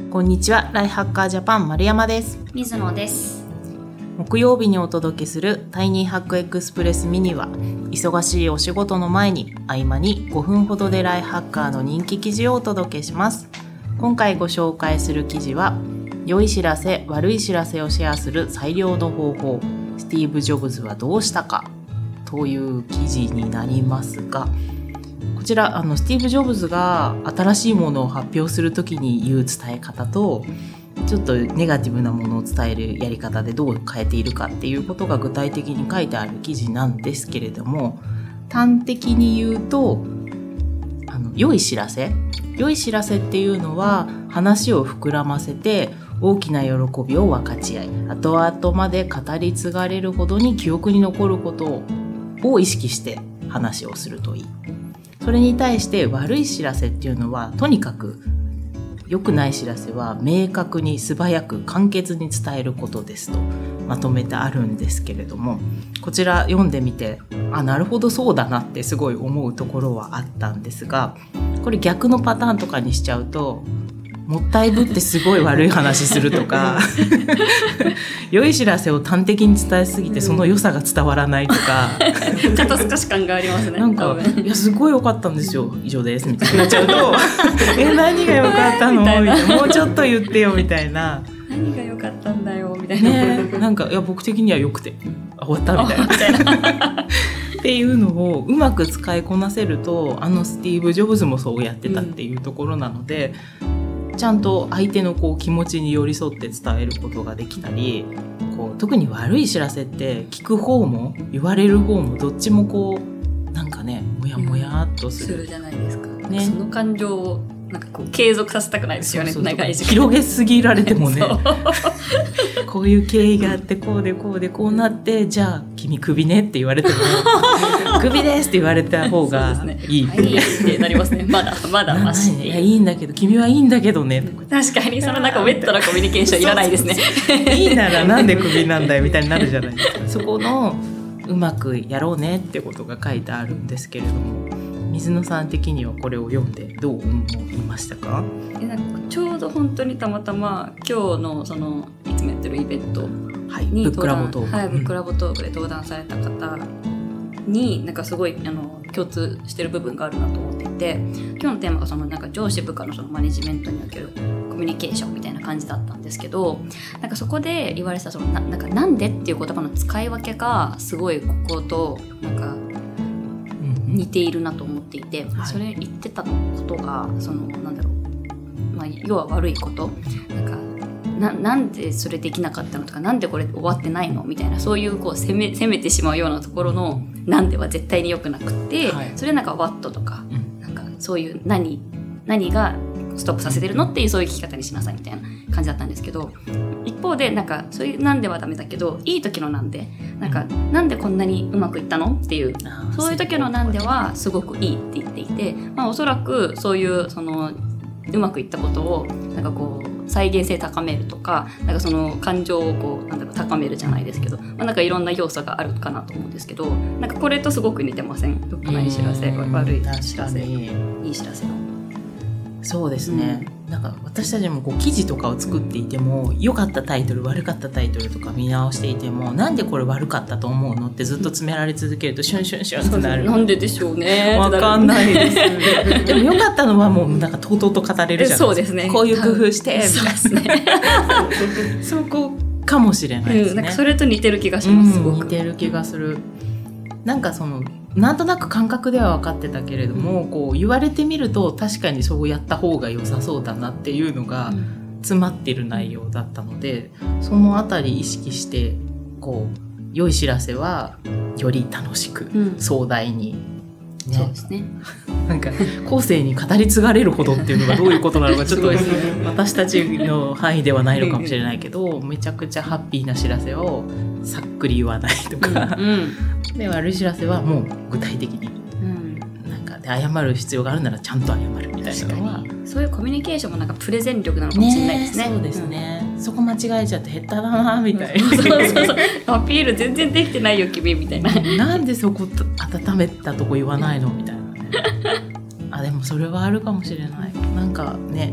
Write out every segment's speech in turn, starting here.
こんにちは。ライハッカージャパン丸山です。 水野です。 木曜日にお届けするタイニーハックエクスプレスミニは、忙しいお仕事の前に合間に5分ほどでライハッカーの人気記事をお届けします。今回ご紹介する記事は、良い知らせ悪い知らせをシェアする最良の方法、スティーブ・ジョブズはどうしたかという記事になりますが、こちらスティーブ・ジョブズが新しいものを発表するときに言う伝え方と、ちょっとネガティブなものを伝えるやり方でどう変えているかっていうことが具体的に書いてある記事なんですけれども、端的に言うと良い知らせっていうのは、話を膨らませて大きな喜びを分かち合い、後々まで語り継がれるほどに記憶に残ることを意識して話をするといい。それに対して悪い知らせっていうのは、とにかく良くない知らせは明確に素早く簡潔に伝えることですとまとめてあるんですけれども、こちら読んでみて、なるほどそうだなってすごい思うところはあったんですが、これ逆のパターンとかにしちゃうと、もったいぶってすごい悪い話するとか良い知らせを端的に伝えすぎてその良さが伝わらないとか肩透かし感がありますね。 なんかいやすごい良かったんですよ、以上ですみたいになっちゃうと何が良かったのみたいな、もうちょっと言ってよみたいな、 何が良かったんだよみたいな、 なんかいや僕的には良くて終わったみたいなっていうのをうまく使いこなせると、スティーブ・ジョブズもそうやってたっていうところなので、ちゃんと相手の気持ちに寄り添って伝えることができたり、特に悪い知らせって聞く方も言われる方もどっちもなんかね、もやもやっとするじゃないですか、ね、その感情をなんか継続させたくないですよね。長い時間広げすぎられてもねこういう経緯があってこうでこうでこうなって、じゃあ君クビねって言われてもクビですって言われた方がいいって、 いいってなりますね。まだマシいやいいんだけど君はいいんだけどね。 確かにそのなんかウェットなコミュニケーションいらないですね。 いいならなんでクビなんだよみたいになるじゃないですか。そこのうまくやろうねってことが書いてあるんですけれども、水野さん的にはこれを読んでどう思いましたか？ なんかちょうど本当にたまたま今日のそのいつもやってるイベントにブックラボトーク、 ブックラボトークで登壇された方になんかすごい共通してる部分があるなと思っていて、今日のテーマがそのなんか上司部下のそのマネジメントにおけるコミュニケーションみたいな感じだったんですけど、なんかそこで言われてたそのなんでっていう言葉の使い分けがすごいこことなんか似ているなと思っていて、それ言ってたことがそのなんだろう、要は悪いこと、なんでそれできなかったのとか、なんでこれ終わってないのみたいな、そういう責めてしまうようなところのなんでは絶対に良くなくって、それなんかワットとか、なんかそういう何がストップさせてるのっていう、そういう聞き方にしなさいみたいな感じだったんですけど、一方でなんかそういうなんではダメだけど、いい時のなんでなんでこんなにうまくいったのっていう、そういう時のなんではすごくいいって言っていて、おそらくそういうそのうまくいったことをなんか再現性高めるとか、なんかその感情を高めるじゃないですけど、なんかいろんな要素があるかなと思うんですけど、なんかこれとすごく似てません？良くない知らせ、悪い知らせ、いい知らせの。 そうですね、なんか私たちも記事とかを作っていても、良かったタイトル悪かったタイトルとか見直していても、なんでこれ悪かったと思うのってずっと詰められ続けるとシュンシュンシュンってなる。 なんででしょうね。 わかんないですでも良かったのはもうなんかとうとうと語れるじゃないですか。 そうですね、 こういう工夫してそうですねそこかもしれないですね、 なんかそれと似てる気がします。すごく似てる気がする。なんかなんとなく感覚では分かってたけれども、言われてみると確かにそうやった方が良さそうだなっていうのが詰まっている内容だったので、そのあたり意識して良い知らせはより楽しく、壮大に、ね、 そうですね。 なんか後世に語り継がれるほどっていうのがどういうことなのかちょっと私たちの範囲ではないのかもしれないけど、めちゃくちゃハッピーな知らせをさっくり言わないとか、で悪い知らせはもう具体的に、なんかで謝る必要があるならちゃんと謝るみたいなのは、 そういうコミュニケーションもなんかプレゼン力なのかもしれないですね。 そうですね、そこ間違えちゃって下手だなみたいな、 そうアピール全然できてないよ君みたいななんでそこ温めたとこ言わないのみたいなねでもそれはあるかもしれない。なんかね、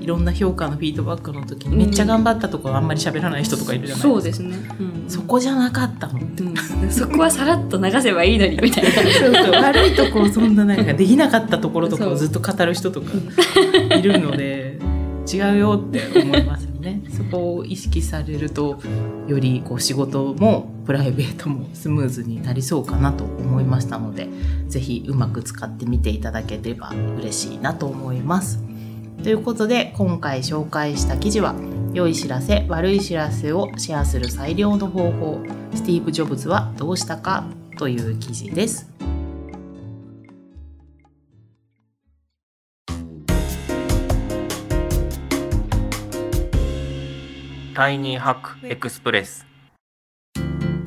いろんな評価のフィードバックの時にめっちゃ頑張ったところあんまり喋らない人とかいるじゃないですか。 そうですね、 そこじゃなかったのって、 そこはさらっと流せばいいのにみたいなそう悪いところそんななんかできなかったところとかをずっと語る人とかいるので違うよって思いますよね。そこを意識されるとよりこう仕事もプライベートもスムーズになりそうかなと思いましたので、ぜひうまく使ってみていただければ嬉しいなと思います。ということで今回紹介した記事は、良い知らせ悪い知らせをシェアする最良の方法、スティーブ・ジョブズはどうしたかという記事です。 タイニーハックエクスプレス。 ポ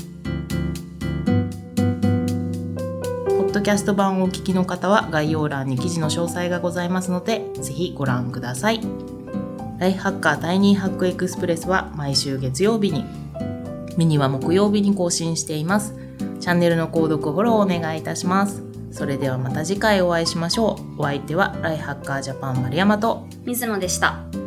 ッドキャスト版をお聞きの方は概要欄に記事の詳細がございますので、ぜひご覧ください。ライフハッカータイニーハックエクスプレスは毎週月曜日に、ミニは木曜日に更新しています。チャンネルの購読フォローお願いいたします。それではまた次回お会いしましょう。お相手はライフハッカージャパン丸山と水野でした。